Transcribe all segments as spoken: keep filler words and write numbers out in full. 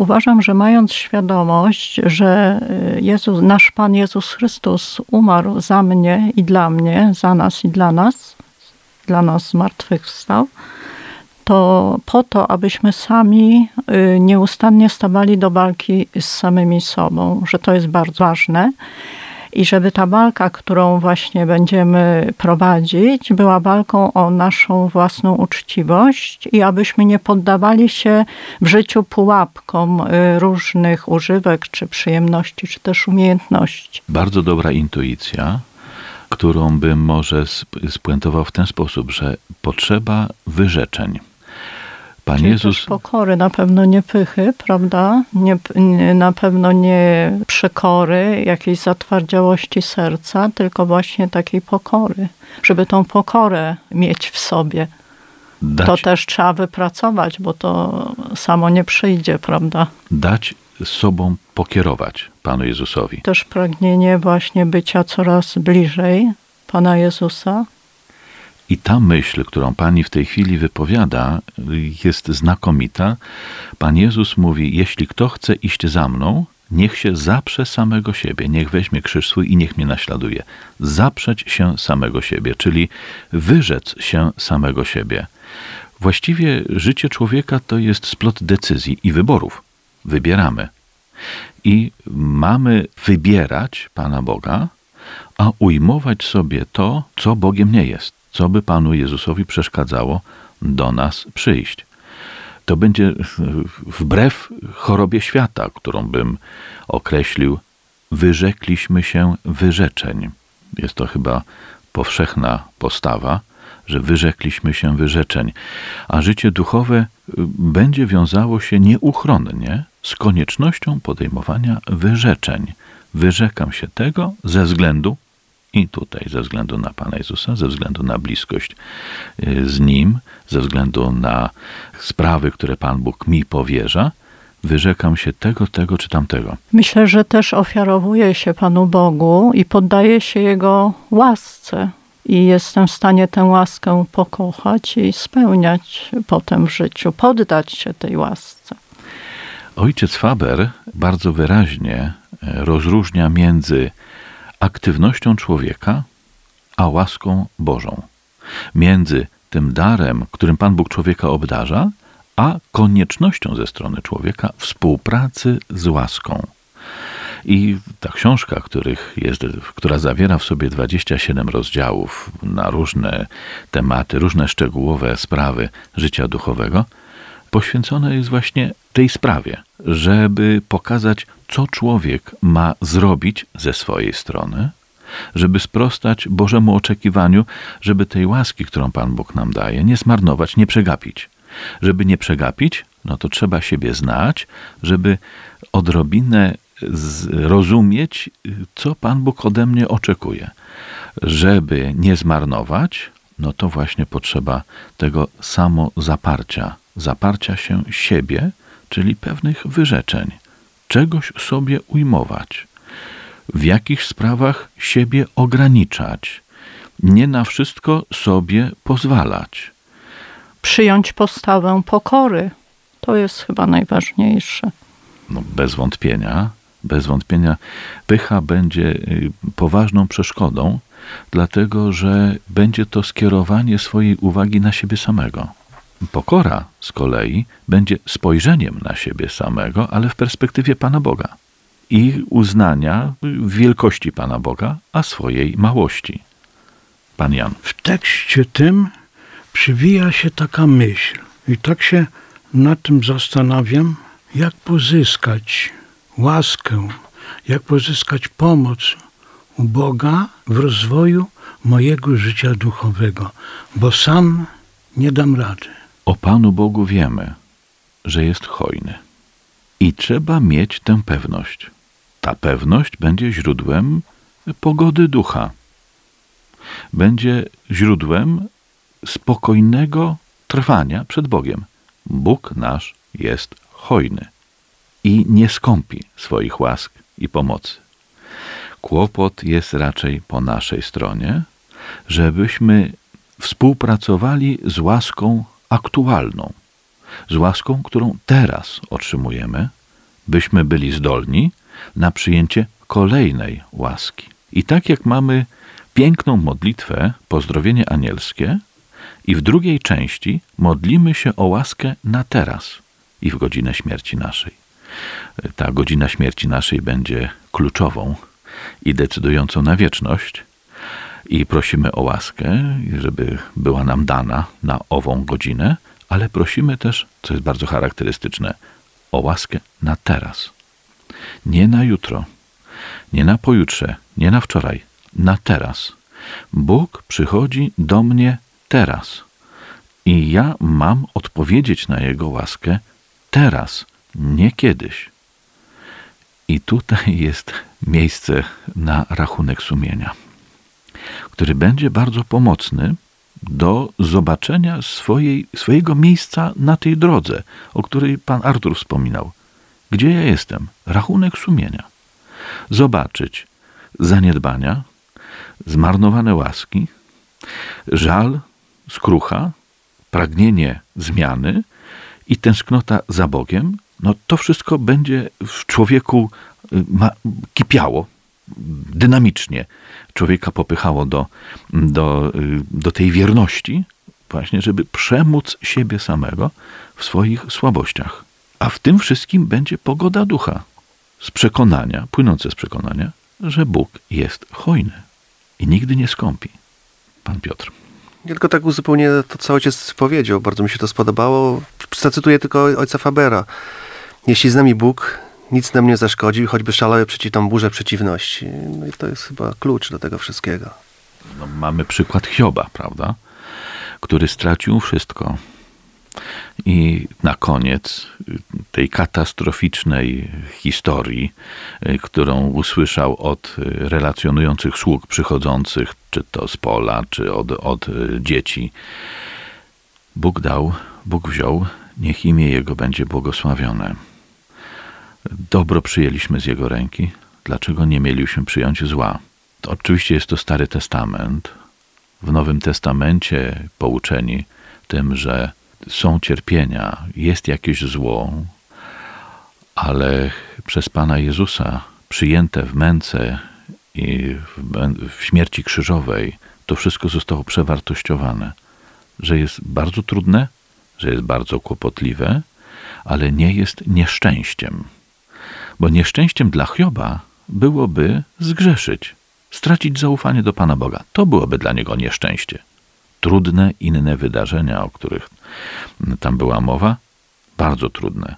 Uważam, że mając świadomość, że Jezus, nasz Pan Jezus Chrystus umarł za mnie i dla mnie, za nas i dla nas, dla nas zmartwychwstał, to po to, abyśmy sami nieustannie stawali do walki z samymi sobą, że to jest bardzo ważne. I żeby ta walka, którą właśnie będziemy prowadzić, była walką o naszą własną uczciwość i abyśmy nie poddawali się w życiu pułapkom różnych używek, czy przyjemności, czy też umiejętności. Bardzo dobra intuicja, którą bym może spuentował w ten sposób, że potrzeba wyrzeczeń. Pan Czyli Jezus... też pokory, na pewno nie pychy, prawda? Nie, nie, na pewno nie przekory, jakiejś zatwardziałości serca, tylko właśnie takiej pokory. Żeby tą pokorę mieć w sobie. Dać, to też trzeba wypracować, bo to samo nie przyjdzie, prawda? Dać sobą pokierować Panu Jezusowi. Też pragnienie właśnie bycia coraz bliżej Pana Jezusa. I ta myśl, którą Pani w tej chwili wypowiada, jest znakomita. Pan Jezus mówi, jeśli kto chce iść za mną, niech się zaprze samego siebie, niech weźmie krzyż swój i niech mnie naśladuje. Zaprzeć się samego siebie, czyli wyrzec się samego siebie. Właściwie życie człowieka to jest splot decyzji i wyborów. Wybieramy. I mamy wybierać Pana Boga, a ujmować sobie to, co Bogiem nie jest. Co by Panu Jezusowi przeszkadzało do nas przyjść. To będzie wbrew chorobie świata, którą bym określił, wyrzekliśmy się wyrzeczeń. Jest to chyba powszechna postawa, że wyrzekliśmy się wyrzeczeń. A życie duchowe będzie wiązało się nieuchronnie z koniecznością podejmowania wyrzeczeń. Wyrzekam się tego ze względu I tutaj ze względu na Pana Jezusa, ze względu na bliskość z Nim, ze względu na sprawy, które Pan Bóg mi powierza, wyrzekam się tego, tego czy tamtego. Myślę, że też ofiarowuję się Panu Bogu i poddaję się Jego łasce. I jestem w stanie tę łaskę pokochać i spełniać potem w życiu, poddać się tej łasce. Ojciec Faber bardzo wyraźnie rozróżnia między aktywnością człowieka, a łaską Bożą. Między tym darem, którym Pan Bóg człowieka obdarza, a koniecznością ze strony człowieka współpracy z łaską. I ta książka, których jest, która zawiera w sobie dwadzieścia siedem rozdziałów na różne tematy, różne szczegółowe sprawy życia duchowego, poświęcona jest właśnie tej sprawie, żeby pokazać, co człowiek ma zrobić ze swojej strony, żeby sprostać Bożemu oczekiwaniu, żeby tej łaski, którą Pan Bóg nam daje, nie zmarnować, nie przegapić. Żeby nie przegapić, no to trzeba siebie znać, żeby odrobinę zrozumieć, co Pan Bóg ode mnie oczekuje. Żeby nie zmarnować, no to właśnie potrzeba tego samozaparcia, zaparcia się siebie, czyli pewnych wyrzeczeń. Czegoś sobie ujmować, w jakich sprawach siebie ograniczać, nie na wszystko sobie pozwalać. Przyjąć postawę pokory, to jest chyba najważniejsze. No, bez wątpienia, bez wątpienia pycha będzie poważną przeszkodą, dlatego że będzie to skierowanie swojej uwagi na siebie samego. Pokora z kolei będzie spojrzeniem na siebie samego, ale w perspektywie Pana Boga i uznania wielkości Pana Boga, a swojej małości. Pan Jan. W tekście tym przywija się taka myśl i tak się nad tym zastanawiam, jak pozyskać łaskę, jak pozyskać pomoc u Boga w rozwoju mojego życia duchowego, bo sam nie dam rady. O Panu Bogu wiemy, że jest hojny i trzeba mieć tę pewność. Ta pewność będzie źródłem pogody ducha. Będzie źródłem spokojnego trwania przed Bogiem. Bóg nasz jest hojny i nie skąpi swoich łask i pomocy. Kłopot jest raczej po naszej stronie, żebyśmy współpracowali z łaską aktualną, z łaską, którą teraz otrzymujemy, byśmy byli zdolni na przyjęcie kolejnej łaski. I tak jak mamy piękną modlitwę, pozdrowienie anielskie, i w drugiej części modlimy się o łaskę na teraz i w godzinę śmierci naszej. Ta godzina śmierci naszej będzie kluczową i decydującą na wieczność i prosimy o łaskę, żeby była nam dana na ową godzinę, ale prosimy też, co jest bardzo charakterystyczne, o łaskę na teraz. Nie na jutro, nie na pojutrze, nie na wczoraj, na teraz. Bóg przychodzi do mnie teraz i ja mam odpowiedzieć na Jego łaskę teraz, nie kiedyś. I tutaj jest miejsce na rachunek sumienia, który będzie bardzo pomocny do zobaczenia swojej, swojego miejsca na tej drodze, o której pan Artur wspominał. Gdzie ja jestem? Rachunek sumienia. Zobaczyć zaniedbania, zmarnowane łaski, żal, skrucha, pragnienie zmiany i tęsknota za Bogiem. No to wszystko będzie w człowieku ma, kipiało dynamicznie. Człowieka popychało do, do, do tej wierności, właśnie, żeby przemóc siebie samego w swoich słabościach. A w tym wszystkim będzie pogoda ducha, z przekonania, płynące z przekonania, że Bóg jest hojny i nigdy nie skąpi. Pan Piotr. Ja tylko tak uzupełnię to, co ojciec powiedział. Bardzo mi się to spodobało. Zacytuję tylko ojca Fabera. Jeśli z nami Bóg, nic nam nie zaszkodzi, choćby szalały przeciw tą burzę przeciwności. No i to jest chyba klucz do tego wszystkiego. No, mamy przykład Hioba, prawda? Który stracił wszystko. I na koniec tej katastroficznej historii, którą usłyszał od relacjonujących sług przychodzących, czy to z pola, czy od, od dzieci, Bóg dał, Bóg wziął, niech imię Jego będzie błogosławione. Dobro przyjęliśmy z Jego ręki, dlaczego nie mieliśmy przyjąć zła? To oczywiście jest to Stary Testament. W Nowym Testamencie pouczeni tym, że są cierpienia, jest jakieś zło, ale przez Pana Jezusa przyjęte w męce i w śmierci krzyżowej to wszystko zostało przewartościowane, że jest bardzo trudne, że jest bardzo kłopotliwe, ale nie jest nieszczęściem. Bo nieszczęściem dla Hioba byłoby zgrzeszyć, stracić zaufanie do Pana Boga. To byłoby dla niego nieszczęście. Trudne inne wydarzenia, o których tam była mowa, bardzo trudne.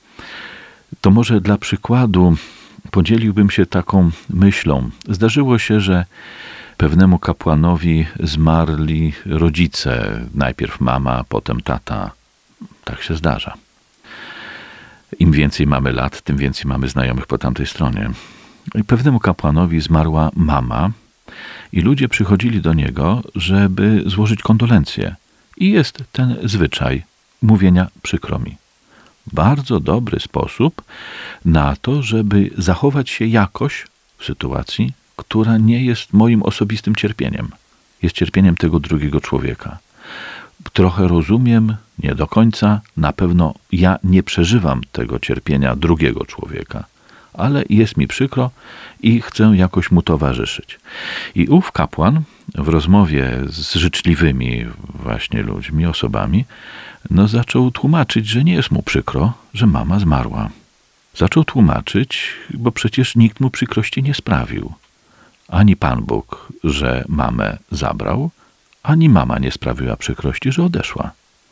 To może dla przykładu podzieliłbym się taką myślą. Zdarzyło się, że pewnemu kapłanowi zmarli rodzice. Najpierw mama, potem tata. Tak się zdarza. Im więcej mamy lat, tym więcej mamy znajomych po tamtej stronie. I pewnemu kapłanowi zmarła mama i ludzie przychodzili do niego, żeby złożyć kondolencje. I jest ten zwyczaj mówienia przykro mi. Bardzo dobry sposób na to, żeby zachować się jakoś w sytuacji, która nie jest moim osobistym cierpieniem. Jest cierpieniem tego drugiego człowieka. Trochę rozumiem, nie do końca, na pewno ja nie przeżywam tego cierpienia drugiego człowieka, ale jest mi przykro i chcę jakoś mu towarzyszyć. I ów kapłan w rozmowie z życzliwymi właśnie ludźmi, osobami, no zaczął tłumaczyć, że nie jest mu przykro, że mama zmarła. Zaczął tłumaczyć, bo przecież nikt mu przykrości nie sprawił. Ani Pan Bóg, że mamę zabrał, ani mama nie sprawiła przykrości, że odeszła.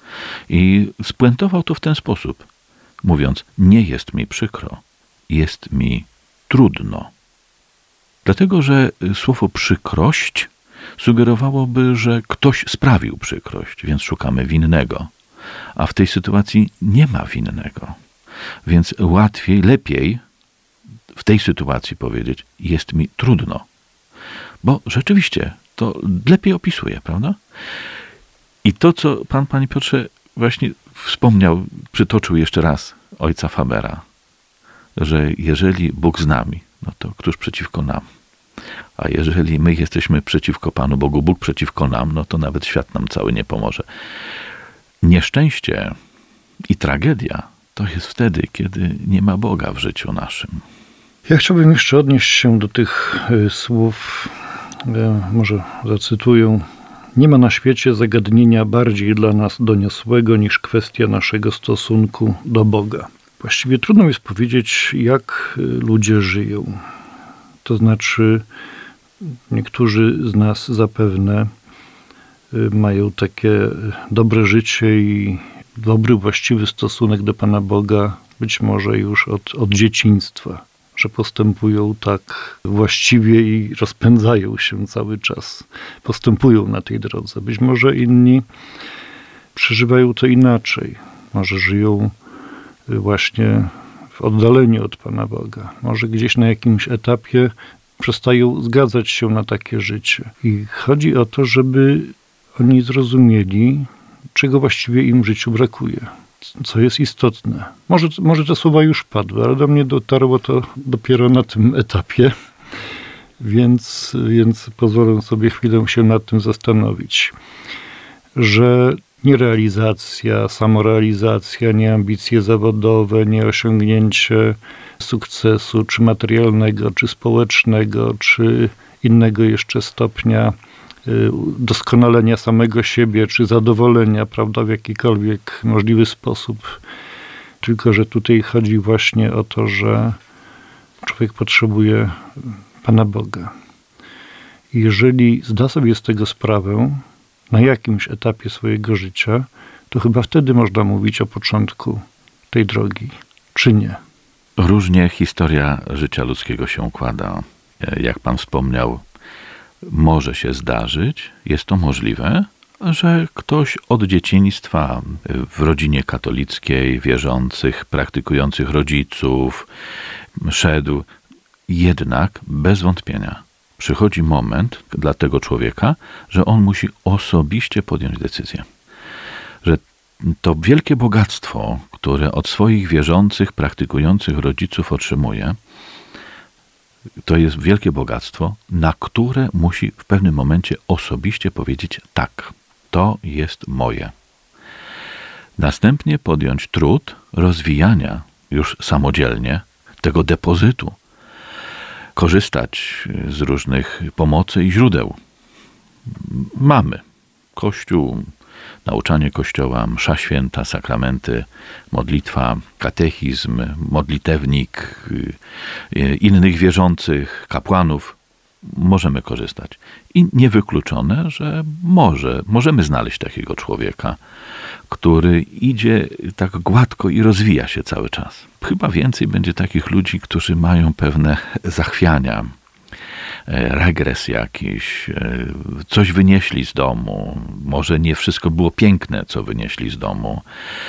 I spuentował to w ten sposób, mówiąc, nie jest mi przykro, jest mi trudno. Dlatego, że słowo przykrość sugerowałoby, że ktoś sprawił przykrość, więc szukamy winnego. A w tej sytuacji nie ma winnego. Więc łatwiej, lepiej w tej sytuacji powiedzieć, jest mi trudno. Bo rzeczywiście to lepiej opisuje, prawda? I to, co pan, panie Piotrze, właśnie wspomniał, przytoczył jeszcze raz ojca Fabera, że jeżeli Bóg z nami, no to któż przeciwko nam? A jeżeli my jesteśmy przeciwko Panu Bogu, Bóg przeciwko nam, no to nawet świat nam cały nie pomoże. Nieszczęście i tragedia to jest wtedy, kiedy nie ma Boga w życiu naszym. Ja chciałbym jeszcze odnieść się do tych y, słów, ja może zacytuję. Nie ma na świecie zagadnienia bardziej dla nas doniosłego niż kwestia naszego stosunku do Boga. Właściwie trudno jest powiedzieć, jak ludzie żyją. To znaczy, niektórzy z nas zapewne mają takie dobre życie i dobry, właściwy stosunek do Pana Boga, być może już od, od dzieciństwa, że postępują tak właściwie i rozpędzają się cały czas. Postępują na tej drodze. Być może inni przeżywają to inaczej. Może żyją właśnie w oddaleniu od Pana Boga. Może gdzieś na jakimś etapie przestają zgadzać się na takie życie. I chodzi o to, żeby oni zrozumieli, czego właściwie im w życiu brakuje. Co jest istotne. Może, może te słowa już padły, ale do mnie dotarło to dopiero na tym etapie, więc, więc pozwolę sobie chwilę się nad tym zastanowić, że nie realizacja, samorealizacja, nie ambicje zawodowe, nie osiągnięcie sukcesu, czy materialnego, czy społecznego, czy innego jeszcze stopnia doskonalenia samego siebie, czy zadowolenia, prawda, w jakikolwiek możliwy sposób. Tylko że tutaj chodzi właśnie o to, że człowiek potrzebuje Pana Boga. I jeżeli zda sobie z tego sprawę na jakimś etapie swojego życia, to chyba wtedy można mówić o początku tej drogi, czy nie? Różnie historia życia ludzkiego się układa. Jak Pan wspomniał, może się zdarzyć, jest to możliwe, że ktoś od dzieciństwa w rodzinie katolickiej, wierzących, praktykujących rodziców szedł. Jednak bez wątpienia przychodzi moment dla tego człowieka, że on musi osobiście podjąć decyzję. Że to wielkie bogactwo, które od swoich wierzących, praktykujących rodziców otrzymuje, to jest wielkie bogactwo, na które musi w pewnym momencie osobiście powiedzieć tak, to jest moje. Następnie podjąć trud rozwijania już samodzielnie tego depozytu, korzystać z różnych pomocy i źródeł. Mamy Kościół, nauczanie Kościoła, msza święta, sakramenty, modlitwa, katechizm, modlitewnik, innych wierzących, kapłanów. Możemy korzystać. I niewykluczone, że może, możemy znaleźć takiego człowieka, który idzie tak gładko i rozwija się cały czas. Chyba więcej będzie takich ludzi, którzy mają pewne zachwiania, regres jakiś, coś wynieśli z domu, może nie wszystko było piękne, co wynieśli z domu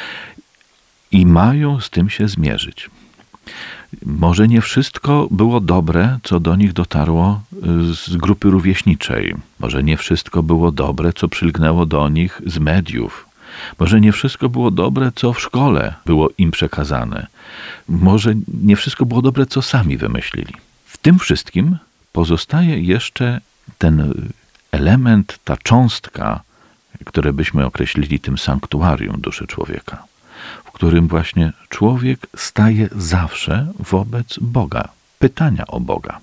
i mają z tym się zmierzyć. Może nie wszystko było dobre, co do nich dotarło z grupy rówieśniczej. Może nie wszystko było dobre, co przylgnęło do nich z mediów. Może nie wszystko było dobre, co w szkole było im przekazane. Może nie wszystko było dobre, co sami wymyślili. W tym wszystkim pozostaje jeszcze ten element, ta cząstka, które byśmy określili tym sanktuarium duszy człowieka, w którym właśnie człowiek staje zawsze wobec Boga, pytania o Boga.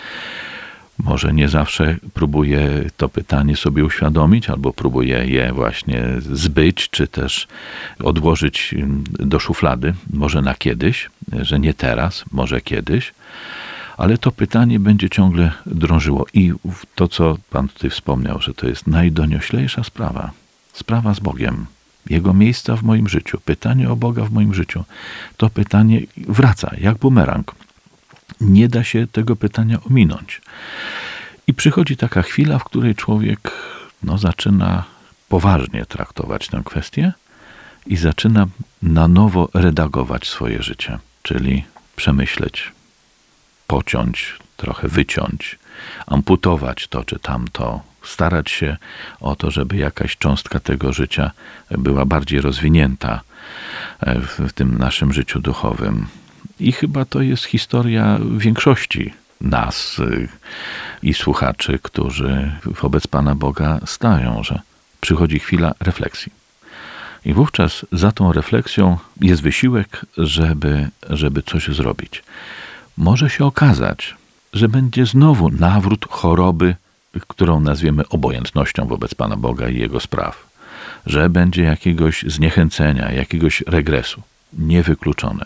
Może nie zawsze próbuje to pytanie sobie uświadomić, albo próbuje je właśnie zbyć, czy też odłożyć do szuflady, może na kiedyś, że nie teraz, może kiedyś, ale to pytanie będzie ciągle drążyło. I to, co Pan tutaj wspomniał, że to jest najdonioślejsza sprawa, sprawa z Bogiem, Jego miejsca w moim życiu, pytanie o Boga w moim życiu, to pytanie wraca jak bumerang. Nie da się tego pytania ominąć. I przychodzi taka chwila, w której człowiek no, zaczyna poważnie traktować tę kwestię i zaczyna na nowo redagować swoje życie, czyli przemyśleć, pociąć, trochę wyciąć, amputować to czy tamto, starać się o to, żeby jakaś cząstka tego życia była bardziej rozwinięta w tym naszym życiu duchowym. I chyba to jest historia większości nas i słuchaczy, którzy wobec Pana Boga stają, że przychodzi chwila refleksji. I wówczas za tą refleksją jest wysiłek, żeby, żeby coś zrobić. Może się okazać, że będzie znowu nawrót choroby, którą nazwiemy obojętnością wobec Pana Boga i Jego spraw. Że będzie jakiegoś zniechęcenia, jakiegoś regresu. Niewykluczone.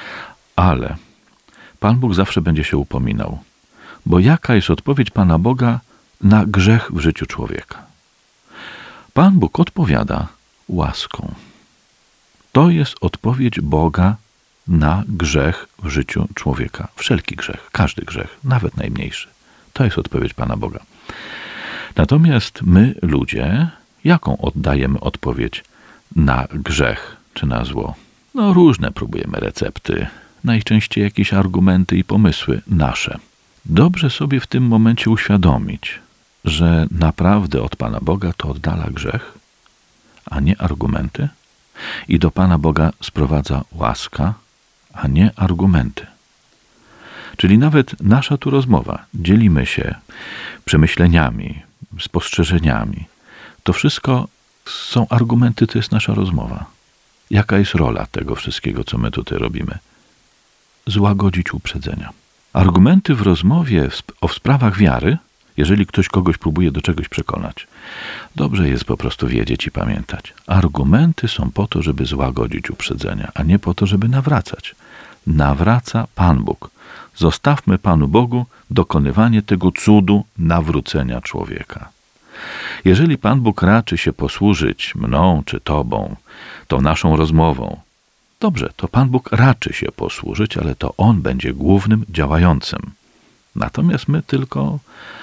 Ale Pan Bóg zawsze będzie się upominał. Bo jaka jest odpowiedź Pana Boga na grzech w życiu człowieka? Pan Bóg odpowiada łaską. To jest odpowiedź Boga na grzech w życiu człowieka. Wszelki grzech, każdy grzech, nawet najmniejszy. To jest odpowiedź Pana Boga. Natomiast my, ludzie, jaką oddajemy odpowiedź na grzech czy na zło? No różne próbujemy recepty, najczęściej jakieś argumenty i pomysły nasze. Dobrze sobie w tym momencie uświadomić, że naprawdę od Pana Boga to oddala grzech, a nie argumenty, i do Pana Boga sprowadza łaska, a nie argumenty. Czyli nawet nasza tu rozmowa, dzielimy się przemyśleniami, spostrzeżeniami. To wszystko są argumenty, to jest nasza rozmowa. Jaka jest rola tego wszystkiego, co my tutaj robimy? Złagodzić uprzedzenia. Argumenty w rozmowie o sprawach wiary, jeżeli ktoś kogoś próbuje do czegoś przekonać, dobrze jest po prostu wiedzieć i pamiętać. Argumenty są po to, żeby złagodzić uprzedzenia, a nie po to, żeby nawracać. Nawraca Pan Bóg. Zostawmy Panu Bogu dokonywanie tego cudu nawrócenia człowieka. Jeżeli Pan Bóg raczy się posłużyć mną czy Tobą, tą naszą rozmową, dobrze, to Pan Bóg raczy się posłużyć, ale to On będzie głównym działającym. Natomiast my tylko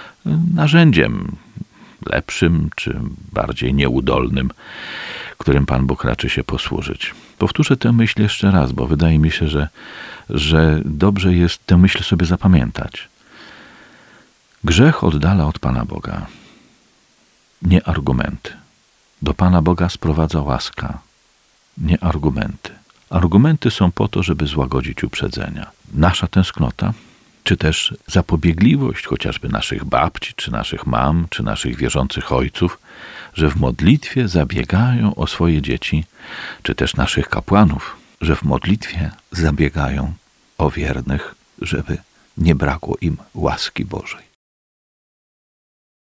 narzędziem lepszym czy bardziej nieudolnym, którym Pan Bóg raczy się posłużyć. Powtórzę tę myśl jeszcze raz, bo wydaje mi się, że, że dobrze jest tę myśl sobie zapamiętać. Grzech oddala od Pana Boga, nie argumenty. Do Pana Boga sprowadza łaska, nie argumenty. Argumenty są po to, żeby złagodzić uprzedzenia. Nasza tęsknota, czy też zapobiegliwość chociażby naszych babci, czy naszych mam, czy naszych wierzących ojców, że w modlitwie zabiegają o swoje dzieci, czy też naszych kapłanów, że w modlitwie zabiegają o wiernych, żeby nie brakło im łaski Bożej.